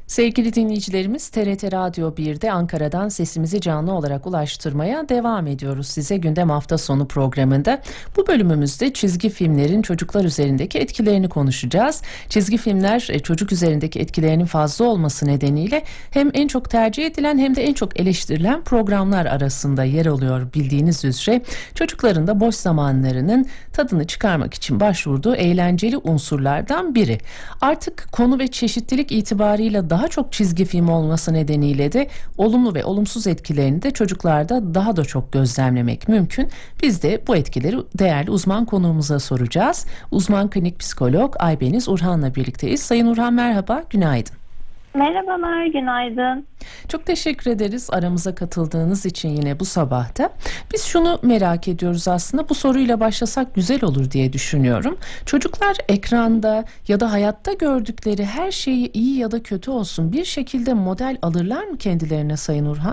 Sevgili dinleyicilerimiz, TRT Radyo 1'de Ankara'dan sesimizi canlı olarak ulaştırmaya devam ediyoruz size gündem hafta sonu programında. Bu bölümümüzde çizgi filmlerin çocuklar üzerindeki etkilerini konuşacağız. Çizgi filmler çocuk üzerindeki etkilerinin fazla olması nedeniyle hem en çok tercih edilen hem de en çok eleştirilen programlar arasında yer alıyor bildiğiniz üzere. Çocukların da boş zamanlarının tadını çıkarmak için başvurduğu eğlenceli unsurlardan biri. Artık konu ve çeşitlilik itibarıyla daha çok çizgi film olması nedeniyle de olumlu ve olumsuz etkilerini de çocuklarda daha da çok gözlemlemek mümkün. Biz de bu etkileri değerli uzman konuğumuza soracağız. Uzman klinik psikolog Aybeniz Urhan'la birlikteyiz. Sayın Urhan merhaba, günaydın. Merhabalar, günaydın. Çok teşekkür ederiz aramıza katıldığınız için yine bu sabahta. Biz şunu merak ediyoruz aslında, bu soruyla başlasak güzel olur diye düşünüyorum. Çocuklar ekranda ya da hayatta gördükleri her şeyi iyi ya da kötü olsun bir şekilde model alırlar mı kendilerine Sayın Urhan?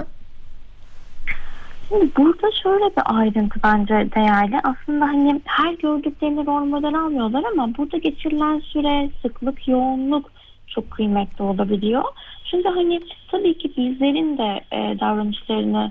Burada şöyle bir ayrıntı bence değerli. Aslında hani her gördüklerini rol model almıyorlar ama burada geçirilen süre, sıklık, yoğunluk çok kıymetli olabiliyor. Çünkü hani tabii ki bizlerin de davranışlarını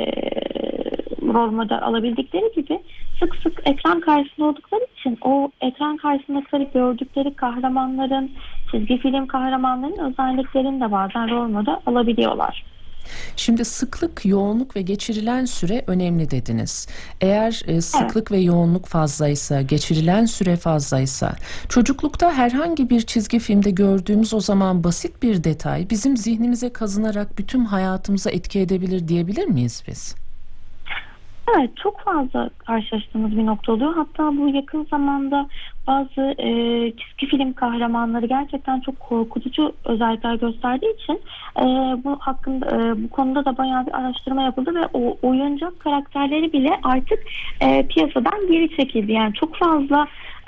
rol model alabildikleri gibi sık sık ekran karşısında oldukları için o ekran karşısında gördükleri kahramanların, çizgi film kahramanlarının özelliklerini de bazen rol model alabiliyorlar. Şimdi sıklık, yoğunluk ve geçirilen süre önemli dediniz. Eğer sıklık ve yoğunluk fazlaysa, geçirilen süre fazlaysa, çocuklukta herhangi bir çizgi filmde gördüğümüz o zaman basit bir detay bizim zihnimize kazınarak bütün hayatımıza etki edebilir diyebilir miyiz biz? Evet, çok fazla karşılaştığımız bir nokta oluyor. Hatta bu yakın zamanda bazı çizgi film kahramanları gerçekten çok korkutucu özellikler gösterdiği için bu konuda da bayağı bir araştırma yapıldı ve o oyuncak karakterleri bile artık piyasadan geri çekildi. Yani çok fazla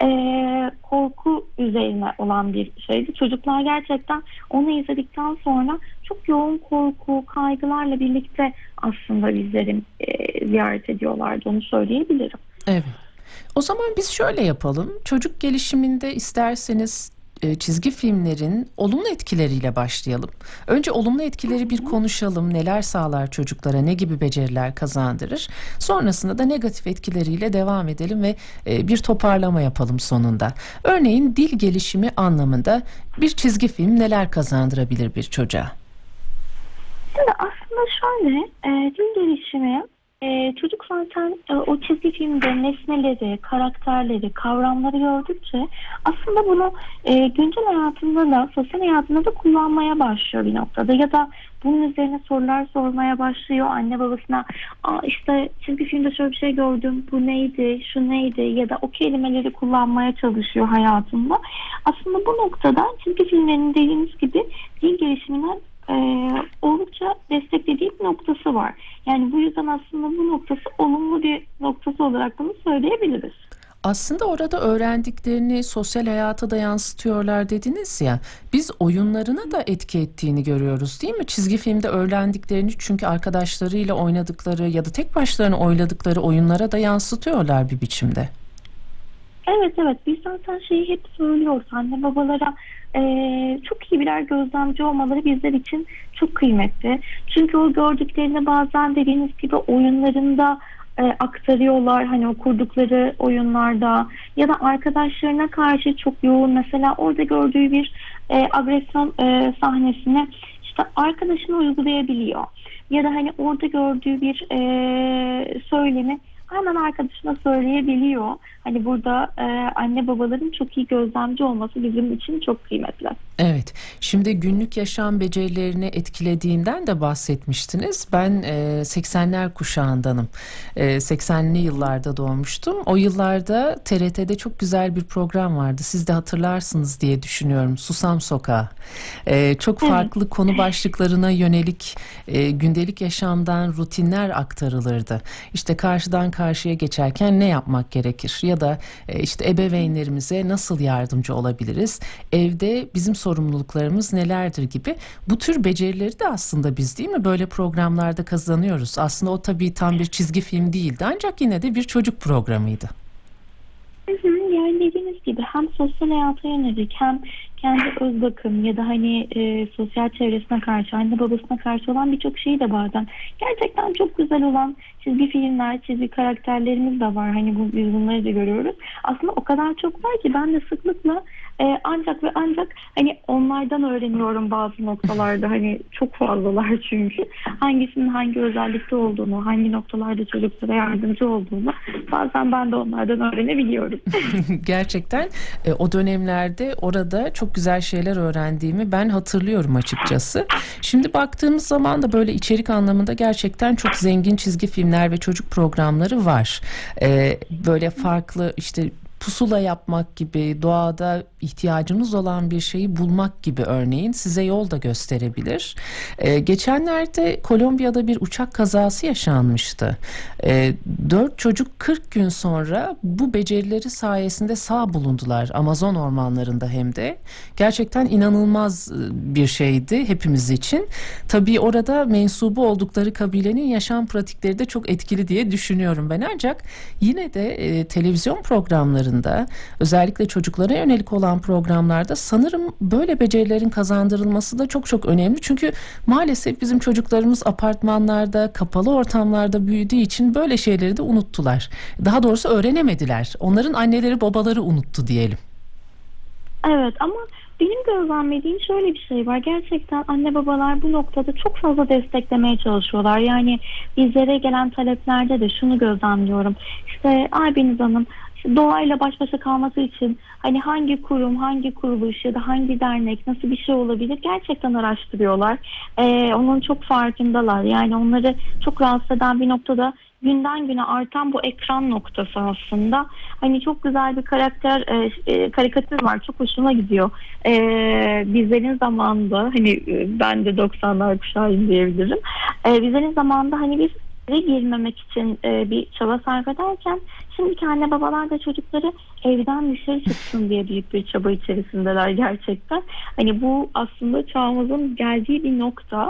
korku üzerine olan bir şeydi. Çocuklar gerçekten onu izledikten sonra çok yoğun korku, kaygılarla birlikte aslında bizleri ziyaret ediyorlardı, onu söyleyebilirim. Evet. O zaman biz şöyle yapalım. Çocuk gelişiminde isterseniz çizgi filmlerin olumlu etkileriyle başlayalım. Önce olumlu etkileri bir konuşalım. Neler sağlar çocuklara, ne gibi beceriler kazandırır? Sonrasında da negatif etkileriyle devam edelim ve bir toparlama yapalım sonunda. Örneğin dil gelişimi anlamında bir çizgi film neler kazandırabilir bir çocuğa? Şimdi aslında şöyle, dil gelişimi çocuk zaten o çizgi filmde nesneleri, karakterleri, kavramları gördükçe aslında bunu güncel hayatında da, sosyal hayatında da kullanmaya başlıyor bir noktada. Ya da bunun üzerine sorular sormaya başlıyor anne babasına. İşte çizgi filmde şöyle bir şey gördüm, bu neydi, şu neydi, ya da o kelimeleri kullanmaya çalışıyor hayatında. Aslında bu noktada çizgi filmlerinin dediğimiz gibi dil gelişimine oldukça desteklediği bir noktası var. Yani bu yüzden aslında bu noktası olumlu bir noktası olarak bunu söyleyebiliriz. Aslında orada öğrendiklerini sosyal hayata da yansıtıyorlar dediniz ya. Biz oyunlarına da etki ettiğini görüyoruz değil mi? Çizgi filmde öğrendiklerini çünkü arkadaşlarıyla oynadıkları ya da tek başlarına oynadıkları oyunlara da yansıtıyorlar bir biçimde. Evet, biz zaten şeyi hep söylüyoruz anne babalara, çok iyi birer gözlemci olmaları bizler için çok kıymetli. Çünkü o gördüklerini bazen dediğiniz gibi oyunlarında aktarıyorlar, hani o kurdukları oyunlarda ya da arkadaşlarına karşı çok yoğun, mesela orada gördüğü bir agresyon sahnesini işte arkadaşına uygulayabiliyor ya da hani orada gördüğü bir söylemi hemen arkadaşına söyleyebiliyor. Hani burada anne babaların çok iyi gözlemci olması bizim için çok kıymetli. Evet. Şimdi günlük yaşam becerilerini etkilediğinden de bahsetmiştiniz. Ben 80'ler kuşağındanım. 80'li yıllarda doğmuştum. O yıllarda TRT'de çok güzel bir program vardı. Siz de hatırlarsınız diye düşünüyorum. Susam Sokağı. Çok farklı konu başlıklarına yönelik gündelik yaşamdan rutinler aktarılırdı. İşte karşıdan karşıya geçerken ne yapmak gerekir? Ya da işte ebeveynlerimize nasıl yardımcı olabiliriz? Evde bizim sorumluluklarımız nelerdir gibi bu tür becerileri de aslında biz değil mi böyle programlarda kazanıyoruz. Aslında o tabii tam bir çizgi film değildi ancak yine de bir çocuk programıydı. Yani dediğiniz gibi hem sosyal hayata yönelik hem kendi öz bakım ya da hani sosyal çevresine karşı, anne babasına karşı olan birçok şeyi de bazen gerçekten çok güzel olan çizgi filmler, çizgi karakterlerimiz de var. Hani biz bunları da görüyoruz. Aslında o kadar çok var ki ben de sıklıkla ancak ve ancak hani onlardan öğreniyorum bazı noktalarda. Hani çok fazlalar çünkü. Hangisinin hangi özellikte olduğunu, hangi noktalarda çocuklara yardımcı olduğunu bazen ben de onlardan öğrenebiliyorum. Gerçekten o dönemlerde orada çok güzel şeyler öğrendiğimi ben hatırlıyorum açıkçası. Şimdi baktığımız zaman da böyle içerik anlamında gerçekten çok zengin çizgi filmler ve çocuk programları var. Böyle farklı işte pusula yapmak gibi, doğada ihtiyacınız olan bir şeyi bulmak gibi örneğin size yol da gösterebilir. Geçenlerde Kolombiya'da bir uçak kazası yaşanmıştı. 4 çocuk 40 gün sonra bu becerileri sayesinde sağ bulundular. Amazon ormanlarında hem de. Gerçekten inanılmaz bir şeydi hepimiz için. Tabii orada mensubu oldukları kabilenin yaşam pratikleri de çok etkili diye düşünüyorum ben. Ancak yine de televizyon programlarında, özellikle çocuklara yönelik olan programlarda sanırım böyle becerilerin kazandırılması da çok çok önemli. Çünkü maalesef bizim çocuklarımız apartmanlarda, kapalı ortamlarda büyüdüğü için böyle şeyleri de unuttular. Daha doğrusu öğrenemediler. Onların anneleri babaları unuttu diyelim. Evet ama benim gözlemlediğim şöyle bir şey var. Gerçekten anne babalar bu noktada çok fazla desteklemeye çalışıyorlar. Yani bizlere gelen taleplerde de şunu gözlemliyorum. İşte Aybeniz Hanım doğayla baş başa kalması için hani hangi kurum, hangi kuruluş ya da hangi dernek nasıl bir şey olabilir gerçekten araştırıyorlar. Onun çok farkındalar. Yani onları çok rahatsız eden bir noktada günden güne artan bu ekran noktası aslında. Hani çok güzel bir karikatür var. Çok hoşuma gidiyor. Bizlerin zamanında hani ben de 90'lar kuşağıyım diyebilirim. Bizlerin zamanında hani biz girmemek için bir çaba sarf ederken şimdiki anne babalar da çocukları evden dışarı çıksın diye büyük bir çaba içerisindeler gerçekten. Hani bu aslında çağımızın geldiği bir nokta.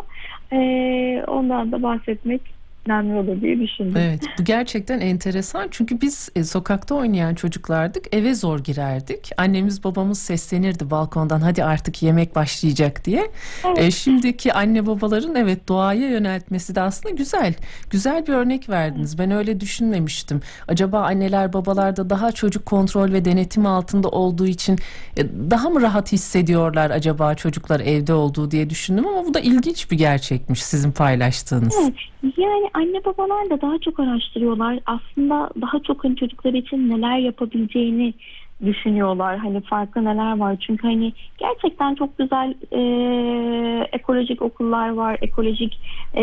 Ondan da bahsetmek önemli olur diye düşündüm. Evet, bu gerçekten enteresan çünkü biz sokakta oynayan çocuklardık, eve zor girerdik. Annemiz babamız seslenirdi balkondan, hadi artık yemek başlayacak diye. Evet. Şimdiki anne babaların evet doğaya yöneltmesi de aslında güzel. Güzel bir örnek verdiniz. Ben öyle düşünmemiştim. Acaba anneler babalar da daha çocuk kontrol ve denetim altında olduğu için daha mı rahat hissediyorlar acaba çocuklar evde olduğu diye düşündüm ama bu da ilginç bir gerçekmiş sizin paylaştığınız. Evet. Yani anne babalar da daha çok araştırıyorlar. Aslında daha çok hani çocuklar için neler yapabileceğini düşünüyorlar. Hani farklı neler var. Çünkü hani gerçekten çok güzel ekolojik okullar var. Ekolojik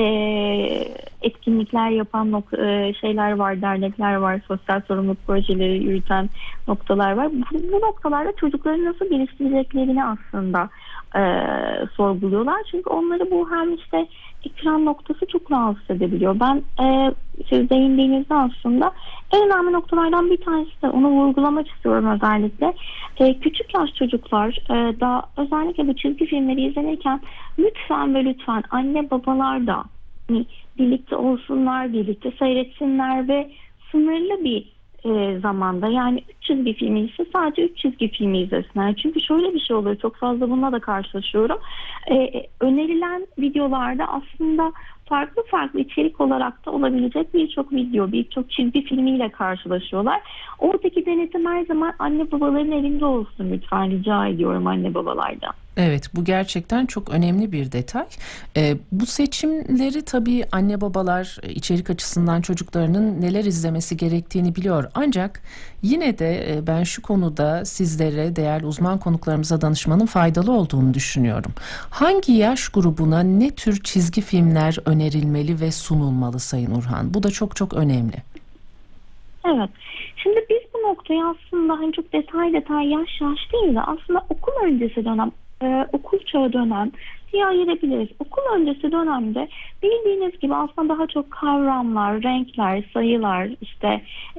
etkinlikler yapan şeyler var. Dernekler var. Sosyal sorumluluk projeleri yürüten noktalar var. Bu noktalarda çocukları nasıl geliştireceklerini aslında sorguluyorlar. Çünkü onları bu hem işte ekran noktası çok rahatsız edebiliyor. Ben siz değindiğinizde aslında en önemli noktalardan bir tanesi de onu vurgulamak istiyorum özellikle. Küçük yaş çocuklar da özellikle bu çizgi filmleri izlenirken lütfen ve lütfen anne babalar da hani, birlikte olsunlar, birlikte seyretsinler ve sınırlı bir zamanda yani 3 çizgi filmi ise sadece 3 çizgi filmi izlesinler. Çünkü şöyle bir şey oluyor. Çok fazla bununla da karşılaşıyorum. Önerilen videolarda aslında farklı farklı içerik olarak da olabilecek birçok video, birçok çizgi filmiyle karşılaşıyorlar. Oradaki denetim her zaman anne babaların elinde olsun lütfen rica ediyorum anne babalardan. Evet, bu gerçekten çok önemli bir detay. Bu seçimleri tabii anne babalar içerik açısından çocuklarının neler izlemesi gerektiğini biliyor. Ancak yine de ben şu konuda sizlere, değerli uzman konuklarımıza danışmanın faydalı olduğunu düşünüyorum. Hangi yaş grubuna ne tür çizgi filmler önerilmeli ve sunulmalı Sayın Urhan? Bu da çok çok önemli. Evet. Şimdi biz bu noktayı aslında hani çok detay yaş değil de aslında okul öncesi dönem, okul çağı dönem diye ayırabiliriz. Okul öncesi dönemde bildiğiniz gibi aslında daha çok kavramlar, renkler, sayılar, işte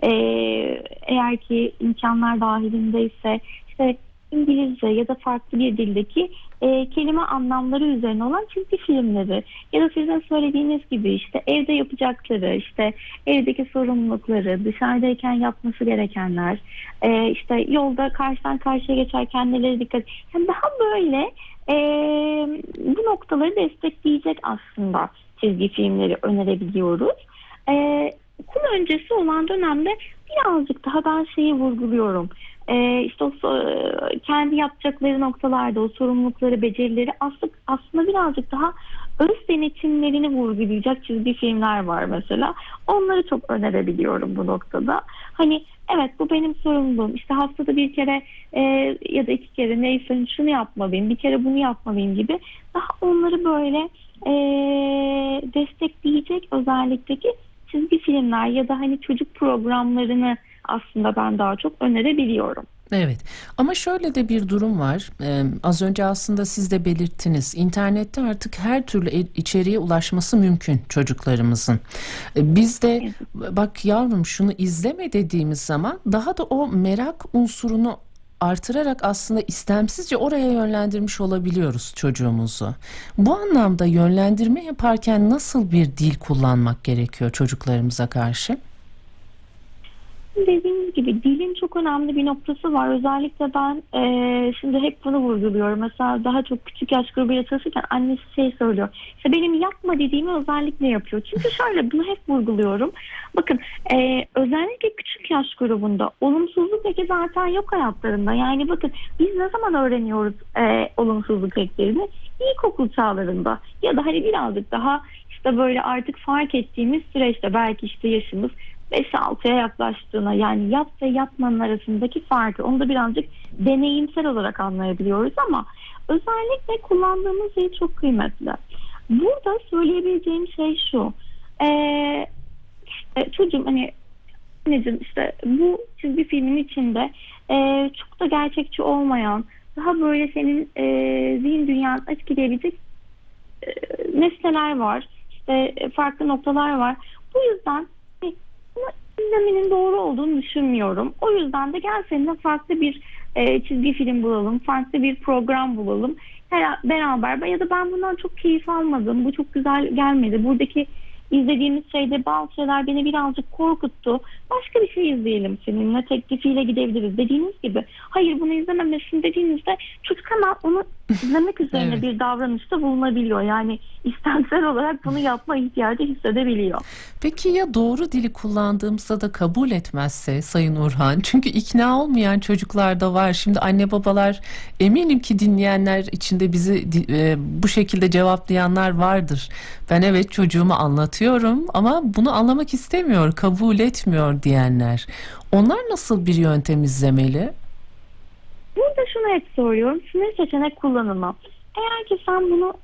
eğer ki imkanlar dahilindeyse işte İngilizce ya da farklı bir dildeki kelime anlamları üzerine olan çizgi filmleri ya da sizin söylediğiniz gibi işte evde yapacakları, işte evdeki sorumlulukları, dışarıdayken yapması gerekenler, işte yolda karşıdan karşıya geçerken nelere dikkat, yani daha böyle bu noktaları destekleyecek aslında çizgi filmleri önerebiliyoruz. Okul öncesi olan dönemde birazcık daha ben şeyi vurguluyorum. İşte o kendi yapacakları noktalarda o sorumlulukları, becerileri aslında birazcık daha öz denetimlerini vurgulayacak çizgi filmler var mesela. Onları çok önerebiliyorum bu noktada. Hani evet, bu benim sorumluluğum. İşte haftada bir kere ya da 2 kere neyse şunu yapmalıyım, bir kere bunu yapmalıyım gibi daha onları böyle destekleyecek özellikteki çizgi filmler ya da hani çocuk programlarını aslında ben daha çok önerebiliyorum. Evet, ama şöyle de bir durum var. Az önce aslında siz de belirttiniz. İnternette artık her türlü içeriğe ulaşması mümkün çocuklarımızın. Biz de bak yavrum şunu izleme dediğimiz zaman daha da o merak unsurunu artırarak aslında istemsizce oraya yönlendirmiş olabiliyoruz çocuğumuzu. Bu anlamda yönlendirme yaparken nasıl bir dil kullanmak gerekiyor çocuklarımıza karşı? Dediğiniz gibi dilin çok önemli bir noktası var. Özellikle ben şimdi hep bunu vurguluyorum. Mesela daha çok küçük yaş grubuyla çalışırken annesi şey söylüyor. İşte benim yapma dediğimi özellikle yapıyor. Çünkü şöyle, bunu hep vurguluyorum. Bakın özellikle küçük yaş grubunda olumsuzluk eki zaten yok hayatlarında. Yani bakın biz ne zaman öğreniyoruz olumsuzluk eklerini? İlkokul çağlarında ya da hani birazcık daha işte böyle artık fark ettiğimiz süreçte, belki işte yaşımız 5-6'ya yaklaştığına, yani yap ve yapmanın arasındaki farkı, onu da birazcık deneyimsel olarak anlayabiliyoruz ama özellikle kullandığımız şey çok kıymetli. Burada söyleyebileceğim şey şu, işte çocuğum hani anneciğim, işte bu çizgi filmin içinde çok da gerçekçi olmayan, daha böyle senin zihin dünyanı etkileyebilecek nesneler var, işte farklı noktalar var. Bu yüzden bunu izlemenin doğru olduğunu düşünmüyorum. O yüzden de gel seninle farklı bir çizgi film bulalım, farklı bir program bulalım. Beraber, ya da ben bundan çok keyif almadım, bu çok güzel gelmedi, buradaki izlediğimiz şeyde bazı şeyler beni birazcık korkuttu, başka bir şey izleyelim seninle teklifiyle gidebiliriz dediğiniz gibi. Hayır, bunu izlememesin dediğinizde çocuk hemen onu izlemek üzerine Evet. bir davranışta bulunabiliyor. Yani istemsel olarak bunu yapma ihtiyacı hissedebiliyor. Peki ya doğru dili kullandığımızda da kabul etmezse Sayın Orhan? Çünkü ikna olmayan çocuklar da var. Şimdi anne babalar, eminim ki dinleyenler içinde bizi bu şekilde cevaplayanlar vardır. Ben evet çocuğumu anlatıyorum ama bunu anlamak istemiyor, kabul etmiyor diyenler. Onlar nasıl bir yöntem izlemeli? Burada şunu hep soruyorum. Sınır seçenek kullanımı. Eğer ki sen bunu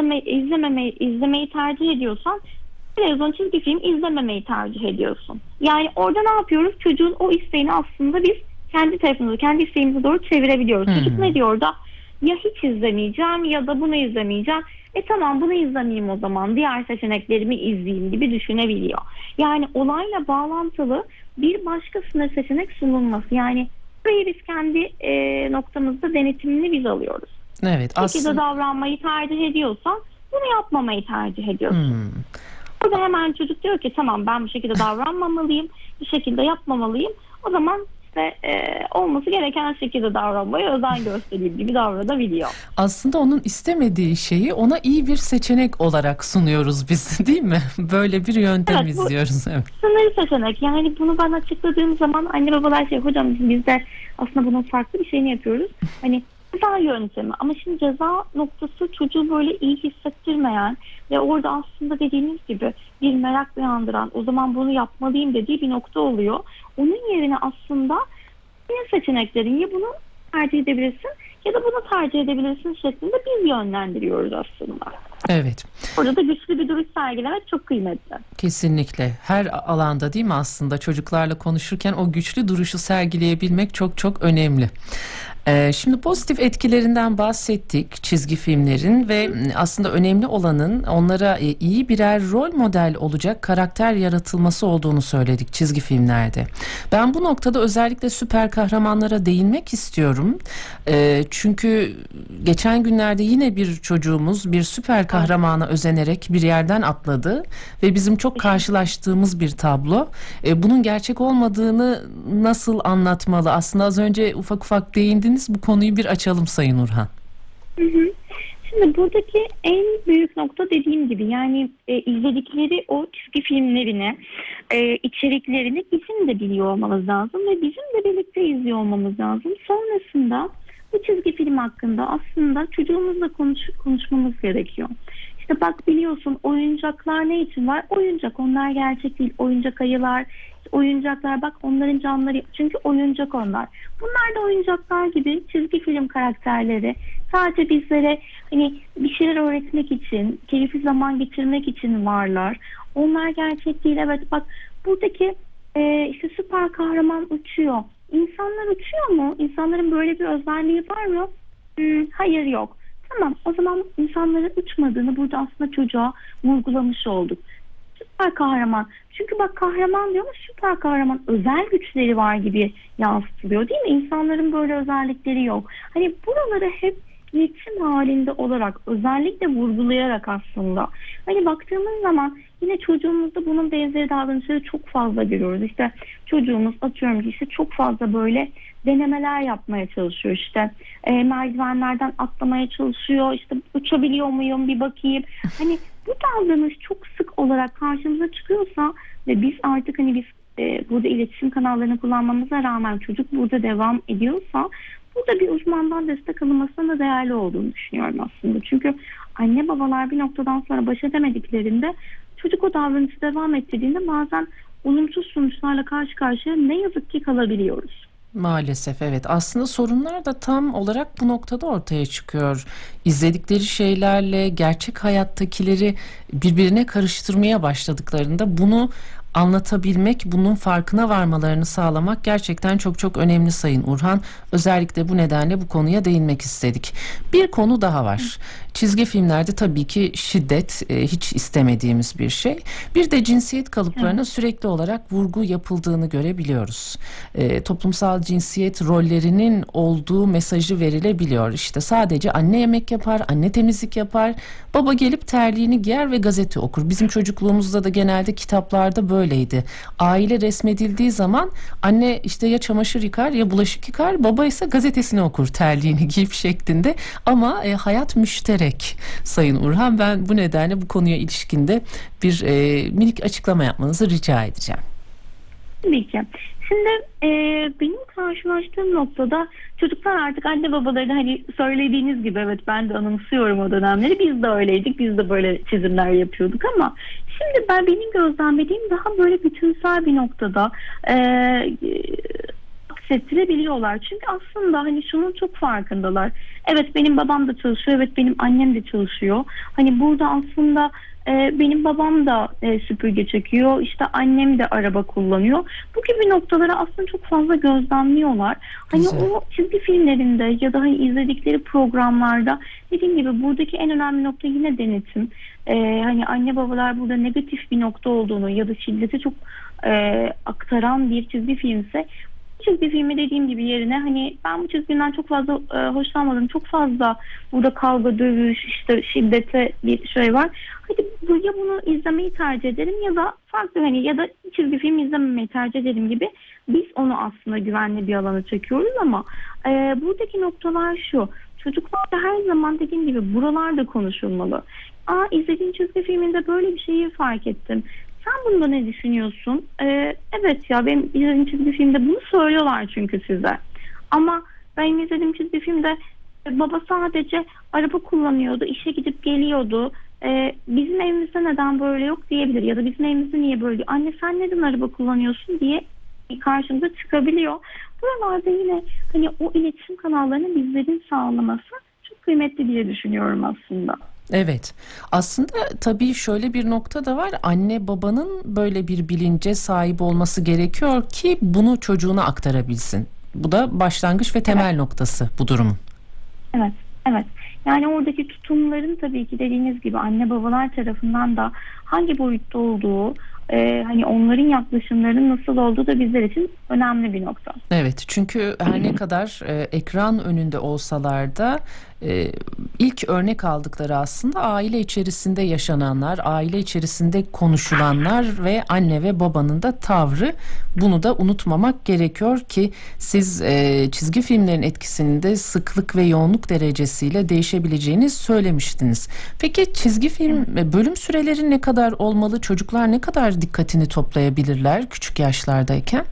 izlemeyi tercih ediyorsan, televizyon çizgi film izlememeyi tercih ediyorsun. Yani orada ne yapıyoruz? Çocuğun o isteğini aslında biz kendi tarafımıza, kendi isteğimize doğru çevirebiliyoruz. Çocuk ne diyor da, ya hiç izlemeyeceğim ya da bunu izlemeyeceğim. Tamam, bunu izlemeyeyim o zaman. Diğer seçeneklerimi izleyeyim gibi düşünebiliyor. Yani olayla bağlantılı bir başka sınır seçenek sunulması. Yani burayı biz kendi noktamızda denetimini biz alıyoruz. Evet, Bu şekilde davranmayı tercih ediyorsan bunu yapmamayı tercih ediyorsun. Burada hemen çocuk diyor ki tamam, ben bu şekilde davranmamalıyım, bu şekilde yapmamalıyım. O zaman işte olması gereken şekilde davranmaya özen göstereyim gibi davranabiliyor. Aslında onun istemediği şeyi ona iyi bir seçenek olarak sunuyoruz biz, değil mi? Böyle bir yöntem Evet, izliyoruz. Evet. Sınırlı seçenek. Yani bunu ben açıkladığım zaman anne babalar hocam biz de aslında bunun farklı bir şeyini yapıyoruz. Hani ceza yöntemi, ama şimdi ceza noktası çocuğu böyle iyi hissettirmeyen ve orada aslında dediğiniz gibi bir merak uyandıran, o zaman bunu yapmalıyım dediği bir nokta oluyor. Onun yerine aslında yine seçeneklerin, ya bunu tercih edebilirsin ya da bunu tercih edebilirsin şeklinde biz yönlendiriyoruz aslında. Evet. Orada da güçlü bir duruş sergilemek çok kıymetli. Kesinlikle. Her alanda değil mi aslında, çocuklarla konuşurken o güçlü duruşu sergileyebilmek çok çok önemli. Şimdi pozitif etkilerinden bahsettik çizgi filmlerin ve aslında önemli olanın onlara iyi birer rol model olacak karakter yaratılması olduğunu söyledik çizgi filmlerde. Ben bu noktada özellikle süper kahramanlara değinmek istiyorum. Çünkü geçen günlerde yine bir çocuğumuz bir süper kahramana özenerek bir yerden atladı ve bizim çok karşılaştığımız bir tablo. Bunun gerçek olmadığını nasıl anlatmalı? Aslında az önce ufak ufak değindiniz. Bu konuyu bir açalım Sayın Urhan. Hı hı. Şimdi buradaki en büyük nokta dediğim gibi yani izledikleri o çizgi filmlerini, içeriklerini bizim de biliyor olmamız lazım ve bizim de birlikte izliyor olmamız lazım. Sonrasında bu çizgi film hakkında aslında çocuğumuzla konuşmamız gerekiyor. İşte bak biliyorsun oyuncaklar ne için var? Oyuncak, onlar gerçek değil. Oyuncak ayılar, oyuncaklar bak onların canları, çünkü oyuncak onlar. Bunlar da oyuncaklar gibi çizgi film karakterleri. Sadece bizlere hani bir şeyler öğretmek için, keyifli zaman geçirmek için varlar. Onlar gerçek değil. Evet bak buradaki işte süper kahraman uçuyor. İnsanlar uçuyor mu? İnsanların böyle bir özelliği var mı? Hayır, yok. Tamam, o zaman insanların uçmadığını burada aslında çocuğa vurgulamış olduk. Süper kahraman. Çünkü bak kahraman diyor ama süper kahraman özel güçleri var gibi yansıtılıyor değil mi? İnsanların böyle özellikleri yok. Hani buraları hep iletişim halinde olarak özellikle vurgulayarak aslında. Hani baktığımız zaman yine çocuğumuzda bunun benzeri davranışları çok fazla görüyoruz. İşte çocuğumuz atıyorum ki işte çok fazla böyle denemeler yapmaya çalışıyor, işte merdivenlerden atlamaya çalışıyor, işte uçabiliyor muyum bir bakayım. Hani bu davranış çok sık olarak karşımıza çıkıyorsa ve biz artık hani biz burada iletişim kanallarını kullanmamıza rağmen çocuk burada devam ediyorsa burada bir uzmandan destek alınmasının da değerli olduğunu düşünüyorum aslında. Çünkü anne babalar bir noktadan sonra baş edemediklerinde çocuk o davranışı devam ettirdiğinde bazen olumsuz sonuçlarla karşı karşıya ne yazık ki kalabiliyoruz. Maalesef evet. Aslında sorunlar da tam olarak bu noktada ortaya çıkıyor. İzledikleri şeylerle gerçek hayattakileri birbirine karıştırmaya başladıklarında bunu anlatabilmek, bunun farkına varmalarını sağlamak gerçekten çok çok önemli Sayın Urhan. Özellikle bu nedenle bu konuya değinmek istedik. Bir konu daha var. Çizgi filmlerde tabii ki şiddet hiç istemediğimiz bir şey. Bir de cinsiyet kalıplarına sürekli olarak vurgu yapıldığını görebiliyoruz. Toplumsal cinsiyet rollerinin olduğu mesajı verilebiliyor. İşte sadece anne yemek yapar, anne temizlik yapar, baba gelip terliğini giyer ve gazete okur. Bizim çocukluğumuzda da genelde kitaplarda böyleydi. Aile resmedildiği zaman anne işte ya çamaşır yıkar ya bulaşık yıkar, baba ise gazetesini okur terliğini giyip şeklinde. Ama hayat müşterek Sayın Urhan, ben bu nedenle bu konuya ilişkinde bir minik açıklama yapmanızı rica edeceğim. Tabii ki. Şimdi benim karşılaştığım noktada çocuklar artık anne babaları da hani söylediğiniz gibi evet ben de anımsıyorum o dönemleri. Biz de öyleydik. Biz de böyle çizimler yapıyorduk ama şimdi benim gözlemlediğim daha böyle bütünsel bir noktada aksettirebiliyorlar. Çünkü aslında hani şunun çok farkındalar. Evet benim babam da çalışıyor. Evet benim annem de çalışıyor. Hani burada aslında benim babam da süpürge çekiyor. İşte annem de araba kullanıyor. Bu gibi noktaları aslında çok fazla gözlemliyorlar. Hani Güzel. o çizgi filmlerinde ya da hani izledikleri programlarda dediğim gibi buradaki en önemli nokta yine denetim. Hani anne babalar burada negatif bir nokta olduğunu ya da şiddeti çok aktaran bir çizgi filmse çizgi filmi dediğim gibi yerine hani ben bu çizgiden çok fazla hoşlanmadım. Çok fazla burada kavga, dövüş, işte şiddete bir şey var. Hadi ya bunu izlemeyi tercih ederim ya da farklı hani ya da çizgi film izlememeyi tercih ederim gibi biz onu aslında güvenli bir alana çekiyoruz ama buradaki noktalar şu. Çocuklar da her zaman dediğim gibi buralarda konuşulmalı. İzlediğin çizgi filminde böyle bir şeyi fark ettim. Sen bunda ne düşünüyorsun? Evet ya benim izlediğim çizgi filmde bunu söylüyorlar çünkü size. Ama benim izlediğim çizgi filmde baba sadece araba kullanıyordu, işe gidip geliyordu. Bizim evimizde neden böyle yok diyebilir ya da bizim evimizde niye böyle? Anne sen neden araba kullanıyorsun diye karşımıza çıkabiliyor. Buralarda yine hani o iletişim kanallarını bizlerin sağlaması çok kıymetli diye düşünüyorum aslında. Evet. Aslında tabii şöyle bir nokta da var. Anne babanın böyle bir bilince sahip olması gerekiyor ki bunu çocuğuna aktarabilsin. Bu da başlangıç ve temel noktası bu durumun. Evet, evet. Yani oradaki tutumların tabii ki dediğiniz gibi anne babalar tarafından da hangi boyutta olduğu, hani onların yaklaşımlarının nasıl olduğu da bizler için önemli bir nokta. Evet, çünkü her ne kadar ekran önünde olsalar da ilk örnek aldıkları aslında aile içerisinde yaşananlar, aile içerisinde konuşulanlar ve anne ve babanın da tavrı. Bunu da unutmamak gerekiyor ki siz çizgi filmlerin etkisinin de sıklık ve yoğunluk derecesiyle değişebileceğini söylemiştiniz. Peki çizgi film bölüm süreleri ne kadar olmalı? Çocuklar ne kadar dikkatini toplayabilirler küçük yaşlardayken?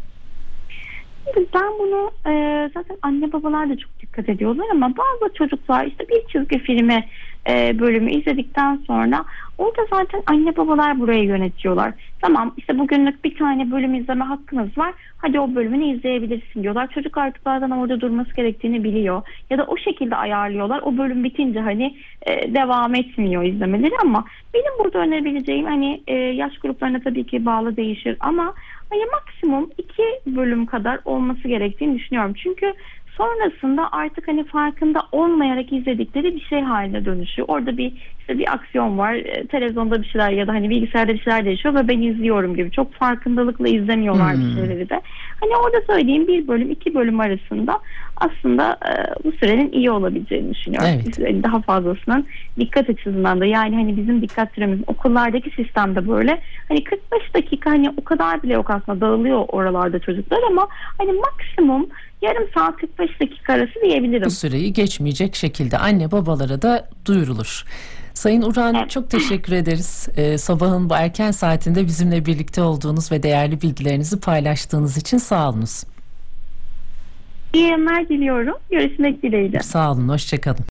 Ben bunu zaten anne babalar da çok dikkat ediyorlar ama bazı çocuklar işte bir çizgi filmi bölümü izledikten sonra orada zaten anne babalar burayı yönetiyorlar. Tamam, işte bugünlük bir tane bölüm izleme hakkınız var. Hadi o bölümünü izleyebilirsin diyorlar. Çocuk artık bazen orada durması gerektiğini biliyor. Ya da o şekilde ayarlıyorlar. O bölüm bitince hani devam etmiyor izlemeleri ama benim burada önerebileceğim hani yaş gruplarına tabii ki bağlı değişir ama hani maksimum 2 bölüm kadar olması gerektiğini düşünüyorum. Çünkü sonrasında artık hani farkında olmayarak izledikleri bir şey haline dönüşüyor. Orada bir aksiyon var, televizyonda bir şeyler ya da hani bilgisayarda bir şeyler değişiyor ve ben izliyorum gibi. Çok farkındalıkla izlemiyorlar bir şeyleri de. Hani orada söylediğim 1 bölüm 2 bölüm arasında aslında bu sürenin iyi olabileceğini düşünüyorum. Evet. Daha fazlasının dikkat açısından da yani hani bizim dikkat süremiz okullardaki sistemde böyle hani 45 dakika hani o kadar bile yok aslında, dağılıyor oralarda çocuklar ama hani maksimum yarım saat 45 dakika arası diyebilirim. Bu süreyi geçmeyecek şekilde anne babalara da duyurulur. Sayın Uran, Evet. çok teşekkür ederiz. Sabahın bu erken saatinde bizimle birlikte olduğunuz ve değerli bilgilerinizi paylaştığınız için sağ olunuz. İyi yayınlar diliyorum. Görüşmek dileğiyle. Sağ olun, hoşça kalın.